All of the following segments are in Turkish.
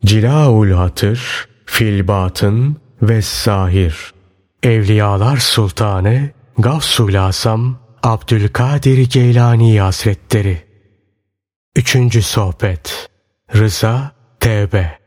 Cilaul hatır, fil batın ve zahir. Evliyalar Sultanı Gavsul Azam Abdülkadir Geylani Hazretleri. 3. sohbet. Rıza, tevbe.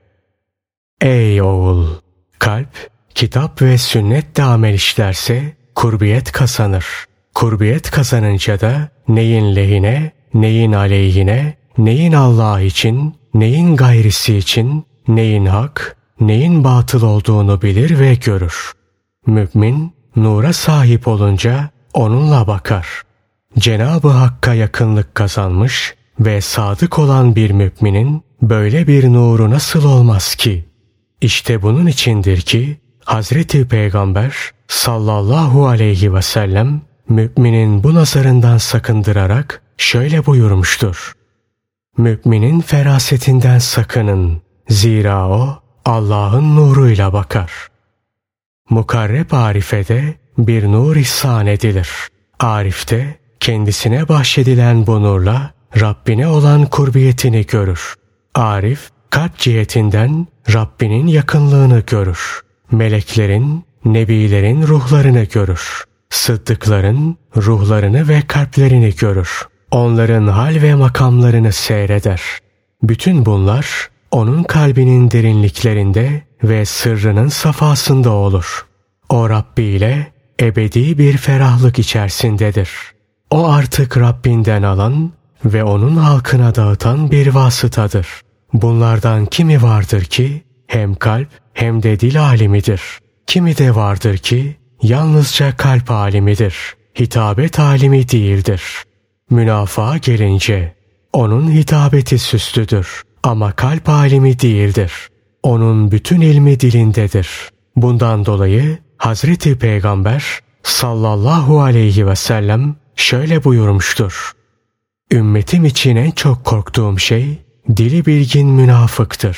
Ey oğul! Kalp, kitap ve sünnetle amel işlerse kurbiyet kazanır. Kurbiyet kazanınca da neyin lehine, neyin aleyhine, neyin Allah için, neyin gayrisi için, neyin hak, neyin batıl olduğunu bilir ve görür. Mümin, nura sahip olunca onunla bakar. Cenab-ı Hakk'a yakınlık kazanmış ve sadık olan bir müminin böyle bir nuru nasıl olmaz ki? İşte bunun içindir ki Hazreti Peygamber sallallahu aleyhi ve sellem müminin bu nazarından sakındırarak şöyle buyurmuştur. Müminin ferasetinden sakının. Zira o Allah'ın nuruyla bakar. Mukarreb Arif'e bir nur ihsan edilir. Arif de kendisine bahşedilen bu nurla Rabbine olan kurbiyetini görür. Arif kalp cihetinden Rabbinin yakınlığını görür. Meleklerin, nebilerin ruhlarını görür. Sıddıkların ruhlarını ve kalplerini görür. Onların hal ve makamlarını seyreder. Bütün bunlar onun kalbinin derinliklerinde ve sırrının safasında olur. O Rabbi ile ebedi bir ferahlık içerisindedir. O artık Rabbinden alan ve onun halkına dağıtan bir vasıtadır. Bunlardan kimi vardır ki hem kalp hem de dil alimidir. Kimi de vardır ki yalnızca kalp alimidir. Hitabet alimi değildir. Münafığa gelince onun hitabeti süslüdür ama kalp alimi değildir. Onun bütün ilmi dilindedir. Bundan dolayı Hazreti Peygamber sallallahu aleyhi ve sellem şöyle buyurmuştur. Ümmetim için en çok korktuğum şey dili bilgin münafıktır.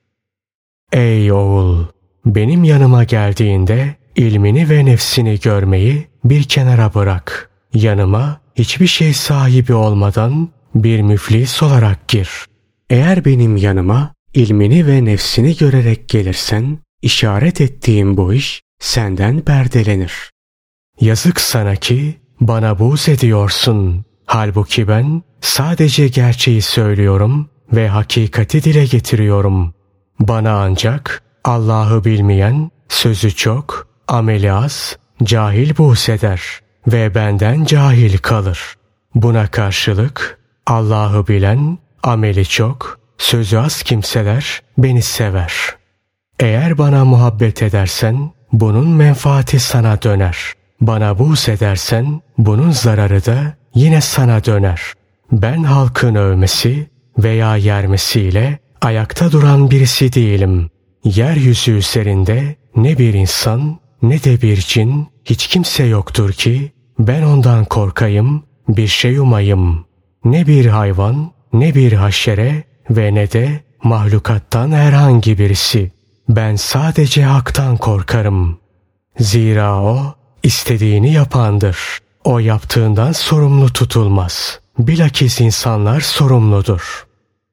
Ey oğul! Benim yanıma geldiğinde ilmini ve nefsini görmeyi bir kenara bırak. Yanıma hiçbir şey sahibi olmadan bir müflis olarak gir. Eğer benim yanıma ilmini ve nefsini görerek gelirsen, işaret ettiğim bu iş senden perdelenir. Yazık sana ki bana buğz ediyorsun. Halbuki ben sadece gerçeği söylüyorum ve hakikati dile getiriyorum. Bana ancak Allah'ı bilmeyen, sözü çok, ameli az, cahil buğz eder ve benden cahil kalır. Buna karşılık Allah'ı bilen, ameli çok, sözü az kimseler beni sever. Eğer bana muhabbet edersen bunun menfaati sana döner. Bana buğz edersen bunun zararı da yine sana döner. Ben halkın övmesi veya yermesiyle ayakta duran birisi değilim. Yeryüzü üzerinde ne bir insan ne de bir cin, hiç kimse yoktur ki ben ondan korkayım, bir şey umayım. Ne bir hayvan, ne bir haşere ve ne de mahlukattan herhangi birisi. Ben sadece haktan korkarım. Zira o istediğini yapandır. O yaptığından sorumlu tutulmaz. Bilakis insanlar sorumludur.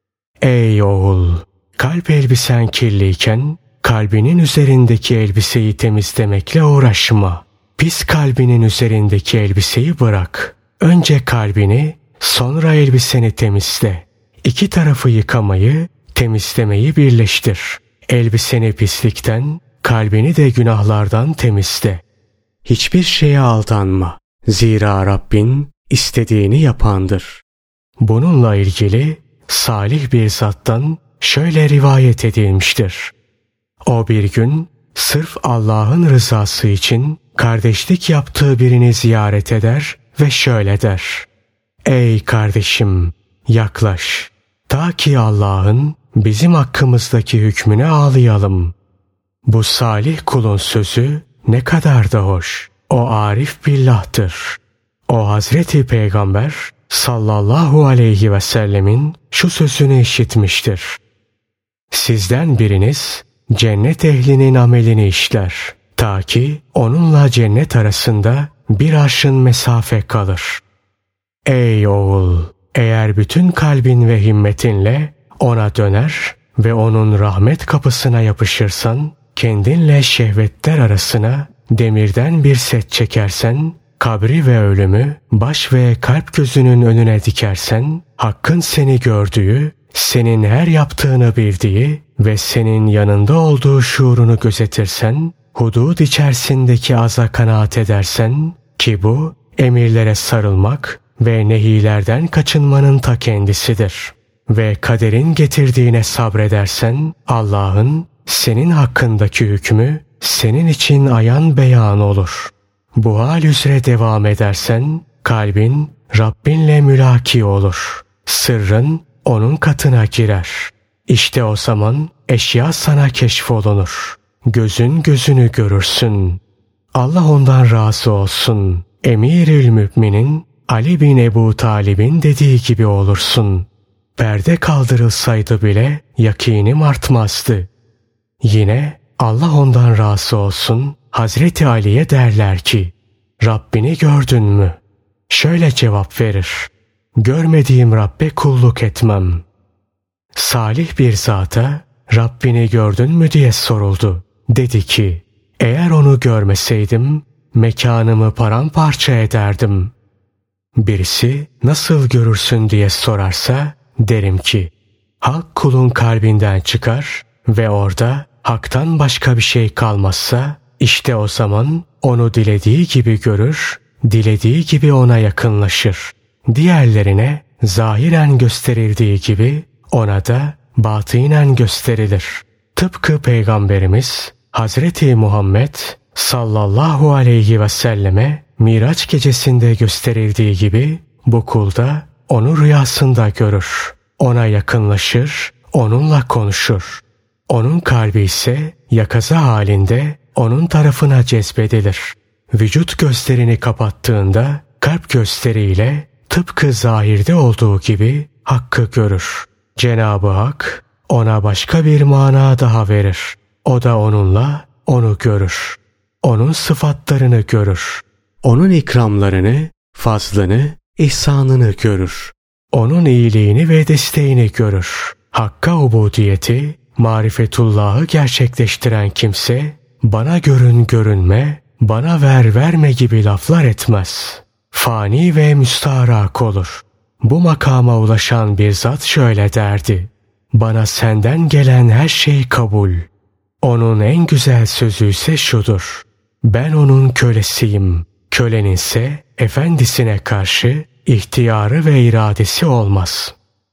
Ey oğul! Kalp elbisen kirliyken kalbinin üzerindeki elbiseyi temizlemekle uğraşma. Pis kalbinin üzerindeki elbiseyi bırak. Önce kalbini, sonra elbiseni temizle. İki tarafı yıkamayı, temizlemeyi birleştir. Elbiseni pislikten, kalbini de günahlardan temizle. Hiçbir şeye aldanma. Zira Rabbin istediğini yapandır. Bununla ilgili salih bir zattan şöyle rivayet edilmiştir. O bir gün sırf Allah'ın rızası için kardeşlik yaptığı birini ziyaret eder ve şöyle der. Ey kardeşim, yaklaş. Ta ki Allah'ın bizim hakkımızdaki hükmüne ağlayalım. Bu salih kulun sözü ne kadar da hoş. O arif billah'tır. O Hazreti Peygamber sallallahu aleyhi ve sellemin şu sözünü işitmiştir. Sizden biriniz cennet ehlinin amelini işler. Ta ki onunla cennet arasında bir arşın mesafe kalır. Ey oğul! Eğer bütün kalbin ve himmetinle ona döner ve onun rahmet kapısına yapışırsan, kendinle şehvetler arasına demirden bir set çekersen, kabri ve ölümü baş ve kalp gözünün önüne dikersen, Hakk'ın seni gördüğü, senin her yaptığını bildiği ve senin yanında olduğu şuurunu gözetirsen, hudud içerisindeki aza kanaat edersen, ki bu emirlere sarılmak ve nehilerden kaçınmanın ta kendisidir. Ve kaderin getirdiğine sabredersen, Allah'ın senin hakkındaki hükmü senin için ayan beyan olur. Bu hal üzere devam edersen, kalbin Rabbinle mülaki olur. Sırrın onun katına girer. İşte o zaman eşya sana keşfolunur. Gözün gözünü görürsün. Allah ondan razı olsun. Emirül Müminin Ali bin Ebu Talib'in dediği gibi olursun. Perde kaldırılsaydı bile yakinim artmazdı. Yine Allah ondan razı olsun, Hazreti Ali'ye derler ki, Rabbini gördün mü? Şöyle cevap verir, görmediğim Rabbe kulluk etmem. Salih bir zata, Rabbini gördün mü diye soruldu. Dedi ki, eğer onu görmeseydim, mekanımı paramparça ederdim. Birisi nasıl görürsün diye sorarsa, derim ki, hak kulun kalbinden çıkar ve orada haktan başka bir şey kalmazsa, işte o zaman onu dilediği gibi görür, dilediği gibi ona yakınlaşır. Diğerlerine zahiren gösterildiği gibi ona da batinen gösterilir. Tıpkı Peygamberimiz Hazreti Muhammed sallallahu aleyhi ve selleme Miraç gecesinde gösterildiği gibi bu kul da onu rüyasında görür. Ona yakınlaşır, onunla konuşur. Onun kalbi ise yakaza halinde onun tarafına cezbedilir. Vücut gözlerini kapattığında kalp gözleriyle tıpkı zahirde olduğu gibi Hakk'ı görür. Cenab-ı Hak ona başka bir mana daha verir. O da onunla onu görür. Onun sıfatlarını görür. Onun ikramlarını, fazlını, ihsanını görür. Onun iyiliğini ve desteğini görür. Hakk'a ubudiyeti, marifetullahı gerçekleştiren kimse, bana görün görünme, bana ver verme gibi laflar etmez. Fani ve müstaharak olur. Bu makama ulaşan bir zat şöyle derdi, bana senden gelen her şey kabul. Onun en güzel sözü ise şudur, ben onun kölesiyim. Kölenin ise efendisine karşı ihtiyarı ve iradesi olmaz.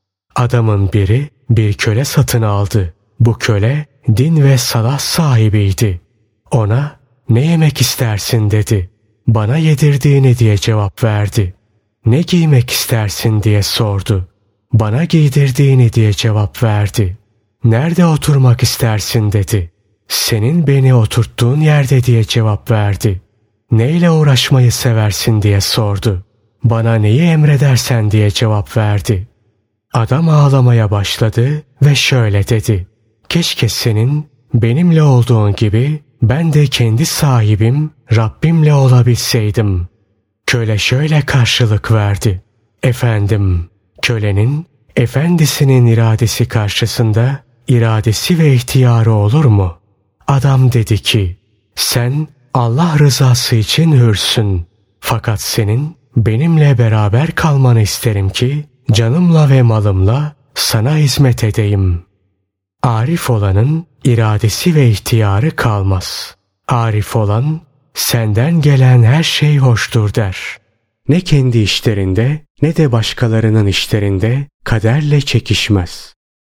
Adamın biri bir köle satın aldı. Bu köle din ve salah sahibiydi. Ona ne yemek istersin dedi. Bana yedirdiğini diye cevap verdi. Ne giymek istersin diye sordu. Bana giydirdiğini diye cevap verdi. Nerede oturmak istersin dedi. Senin beni oturttuğun yerde diye cevap verdi. Neyle uğraşmayı seversin diye sordu. Bana neyi emredersen diye cevap verdi. Adam ağlamaya başladı ve şöyle dedi. Keşke senin benimle olduğun gibi ben de kendi sahibim Rabbimle olabilseydim. Köle şöyle karşılık verdi. Efendim, kölenin efendisinin iradesi karşısında iradesi ve ihtiyarı olur mu? Adam dedi ki, sen Allah rızası için hürsün. Fakat senin benimle beraber kalmanı isterim ki canımla ve malımla sana hizmet edeyim. Arif olanın iradesi ve ihtiyarı kalmaz. Arif olan senden gelen her şey hoştur der. Ne kendi işlerinde ne de başkalarının işlerinde kaderle çekişmez.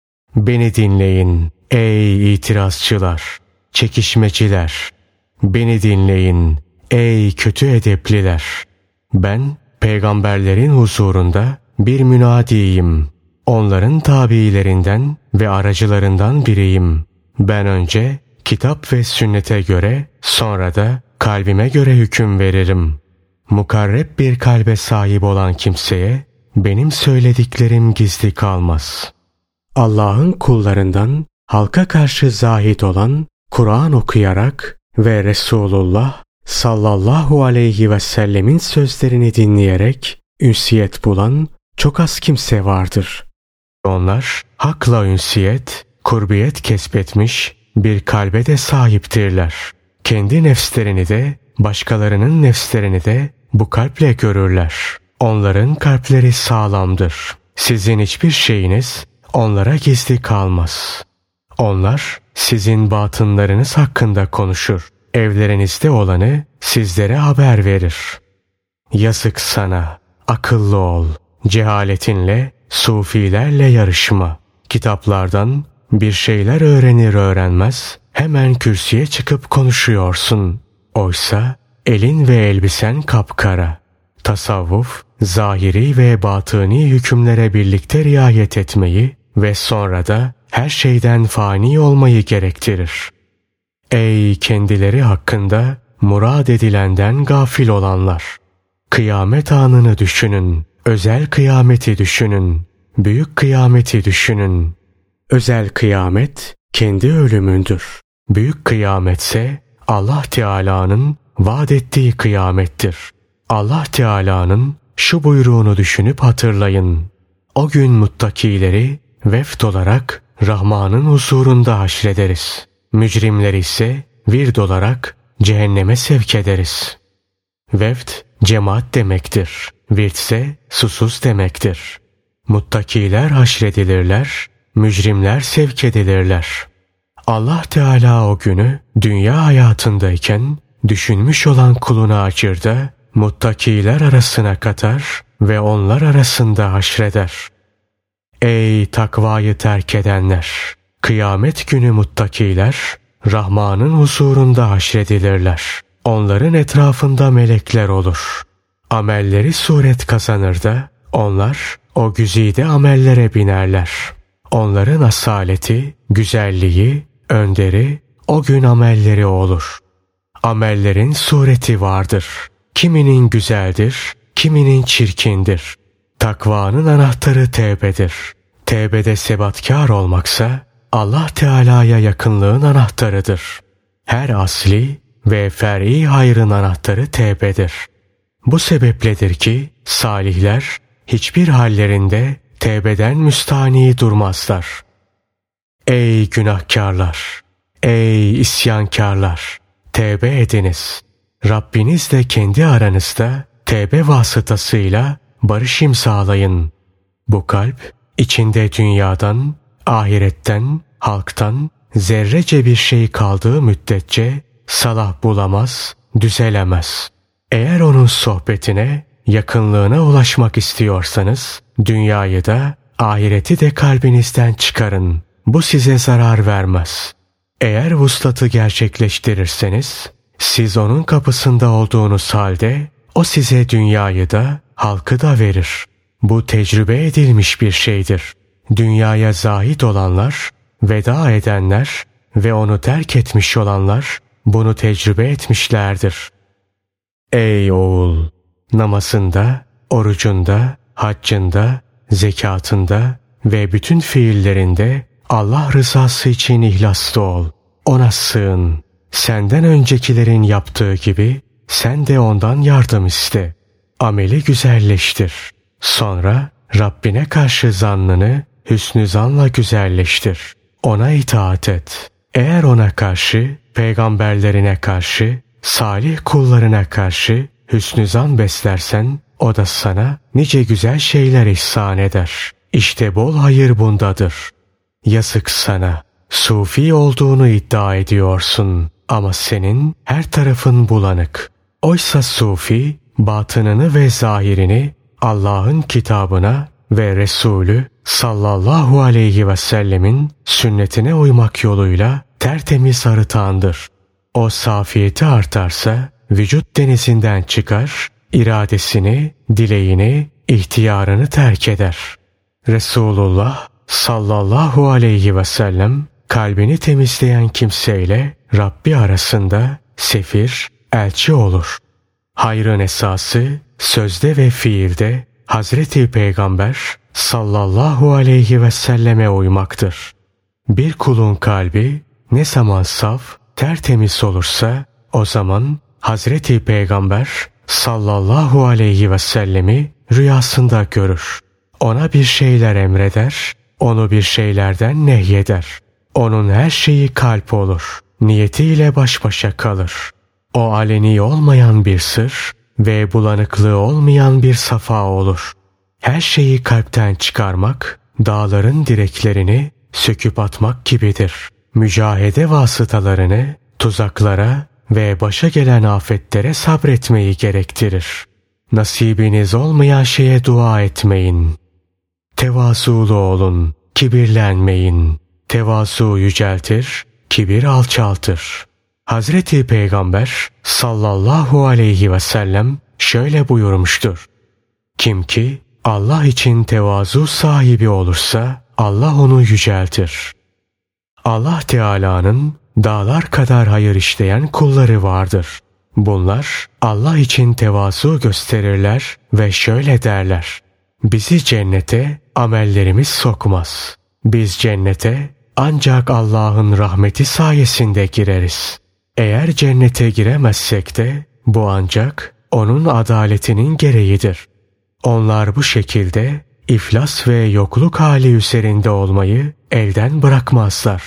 Beni dinleyin ey itirazçılar, çekişmeciler. Beni dinleyin ey kötü edepliler. Ben peygamberlerin huzurunda bir münadiyim. Onların tabiilerinden ve aracılarından biriyim. Ben önce kitap ve sünnete göre, sonra da kalbime göre hüküm veririm. Mukarreb bir kalbe sahip olan kimseye benim söylediklerim gizli kalmaz. Allah'ın kullarından halka karşı zahid olan, Kur'an okuyarak ve Resulullah sallallahu aleyhi ve sellemin sözlerini dinleyerek ünsiyet bulan çok az kimse vardır. Onlar hakla ünsiyet, kurbiyet kesbetmiş bir kalbe de sahiptirler. Kendi nefslerini de başkalarının nefslerini de bu kalple görürler. Onların kalpleri sağlamdır. Sizin hiçbir şeyiniz onlara gizli kalmaz. Onlar sizin batınlarınız hakkında konuşur. Evlerinizde olanı sizlere haber verir. Yazık sana, akıllı ol. Cehaletinle, sufilerle yarışma. Kitaplardan bir şeyler öğrenir öğrenmez hemen kürsüye çıkıp konuşuyorsun. Oysa elin ve elbisen kapkara. Tasavvuf, zahiri ve batıni hükümlere birlikte riayet etmeyi ve sonra da her şeyden fani olmayı gerektirir. Ey kendileri hakkında murad edilenden gafil olanlar! Kıyamet anını düşünün, özel kıyameti düşünün, büyük kıyameti düşünün. Özel kıyamet kendi ölümündür. Büyük kıyametse Allah Teala'nın vaat ettiği kıyamettir. Allah Teala'nın şu buyruğunu düşünüp hatırlayın. O gün muttakileri vefd olarak Rahman'ın huzurunda haşrederiz. Mücrimleri ise vird olarak cehenneme sevk ederiz. Vefd cemaat demektir. Vird ise susuz demektir. Muttakiler haşredilirler, mücrimler sevk edilirler. Allah Teala o günü dünya hayatındayken düşünmüş olan kuluna acır da muttakiler arasına katar ve onlar arasında haşreder. Ey takvayı terk edenler! Kıyamet günü muttakiler Rahman'ın huzurunda haşredilirler. Onların etrafında melekler olur. Amelleri suret kazanır da onlar o güzide amellere binerler. Onların asaleti, güzelliği, önderi o gün amelleri olur. Amellerin sureti vardır. Kiminin güzeldir, kiminin çirkindir. Takvanın anahtarı tevbedir. Tevbede sebatkar olmaksa Allah Teala'ya yakınlığın anahtarıdır. Her asli ve fer'i hayrın anahtarı tevbedir. Bu sebepledir ki salihler hiçbir hallerinde tevbeden müstani durmazlar. Ey günahkarlar! Ey isyankârlar! Tevbe ediniz. Rabbinizle kendi aranızda tevbe vasıtasıyla barış imzalayın. Bu kalp içinde dünyadan, ahiretten, halktan zerrece bir şey kaldığı müddetçe salah bulamaz, düzelemez. Eğer onun sohbetine, yakınlığına ulaşmak istiyorsanız dünyayı da ahireti de kalbinizden çıkarın. Bu size zarar vermez. Eğer vuslatı gerçekleştirirseniz siz onun kapısında olduğunuz halde o size dünyayı da halkı da verir. Bu tecrübe edilmiş bir şeydir. Dünyaya zahid olanlar, veda edenler ve onu terk etmiş olanlar bunu tecrübe etmişlerdir. Ey oğul! Namazında, orucunda, haccında, zekatında ve bütün fiillerinde Allah rızası için ihlaslı ol. Ona sığın. Senden öncekilerin yaptığı gibi sen de ondan yardım iste. Ameli güzelleştir. Sonra Rabbine karşı zannını hüsnü zanla güzelleştir. Ona itaat et. Eğer ona karşı, peygamberlerine karşı, salih kullarına karşı hüsnü zan beslersen o da sana nice güzel şeyler ihsan eder. İşte bol hayır bundadır. Yazık sana! Sufi olduğunu iddia ediyorsun ama senin her tarafın bulanık. Oysa sufi batınını ve zahirini Allah'ın kitabına ve Resulü sallallahu aleyhi ve sellemin sünnetine uymak yoluyla tertemiz arıtandır. O safiyeti artarsa vücut denizinden çıkar, iradesini, dileğini, ihtiyarını terk eder. Resulullah sallallahu aleyhi ve sellem kalbini temizleyen kimseyle Rabbi arasında sefir, elçi olur. Hayrın esası sözde ve fiilde Hazreti Peygamber sallallahu aleyhi ve selleme uymaktır. Bir kulun kalbi ne zaman saf, tertemiz olursa o zaman Hazreti Peygamber sallallahu aleyhi ve sellemi rüyasında görür. Ona bir şeyler emreder, onu bir şeylerden nehyeder. Onun her şeyi kalp olur. Niyetiyle baş başa kalır. O aleni olmayan bir sır ve bulanıklığı olmayan bir safa olur. Her şeyi kalpten çıkarmak, dağların direklerini söküp atmak gibidir. Mücahede vasıtalarını tuzaklara ve başa gelen afetlere sabretmeyi gerektirir. Nasibiniz olmayan şeye dua etmeyin. Tevazulu olun, kibirlenmeyin. Tevazu yüceltir, kibir alçaltır. Hazreti Peygamber sallallahu aleyhi ve sellem şöyle buyurmuştur. Kim ki Allah için tevazu sahibi olursa Allah onu yüceltir. Allah Teala'nın dağlar kadar hayır işleyen kulları vardır. Bunlar Allah için tevazu gösterirler ve şöyle derler. Bizi cennete amellerimiz sokmaz. Biz cennete ancak Allah'ın rahmeti sayesinde gireriz. Eğer cennete giremezsek de bu ancak onun adaletinin gereğidir. Onlar bu şekilde iflas ve yokluk hali üzerinde olmayı elden bırakmazlar.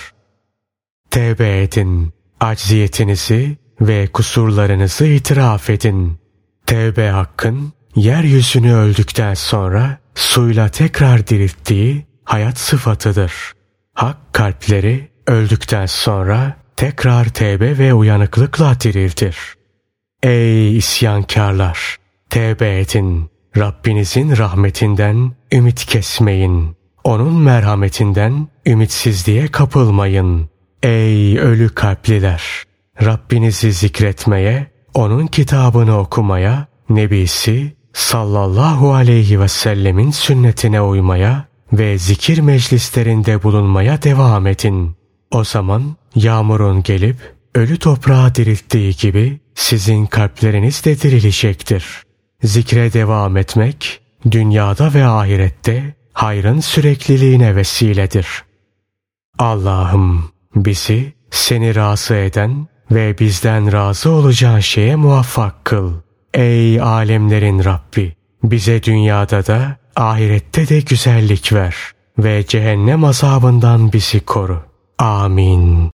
Tevbe edin, acziyetinizi ve kusurlarınızı itiraf edin. Tevbe Hakk'ın yeryüzünü öldükten sonra suyla tekrar dirilttiği hayat sıfatıdır. Hak kalpleri öldükten sonra tekrar tevbe ve uyanıklıkla diriltir. Ey isyankarlar! Tevbe edin. Rabbinizin rahmetinden ümit kesmeyin. Onun merhametinden ümitsizliğe kapılmayın. Ey ölü kalpliler! Rabbinizi zikretmeye, onun kitabını okumaya, Nebisi sallallahu aleyhi ve sellemin sünnetine uymaya ve zikir meclislerinde bulunmaya devam edin. O zaman yağmurun gelip ölü toprağı dirilttiği gibi sizin kalpleriniz de dirilecektir. Zikre devam etmek dünyada ve ahirette hayrın sürekliliğine vesiledir. Allah'ım bizi seni razı eden ve bizden razı olacağın şeye muvaffak kıl. Ey alemlerin Rabbi! Bize dünyada da ahirette de güzellik ver ve cehennem azabından bizi koru. Amin.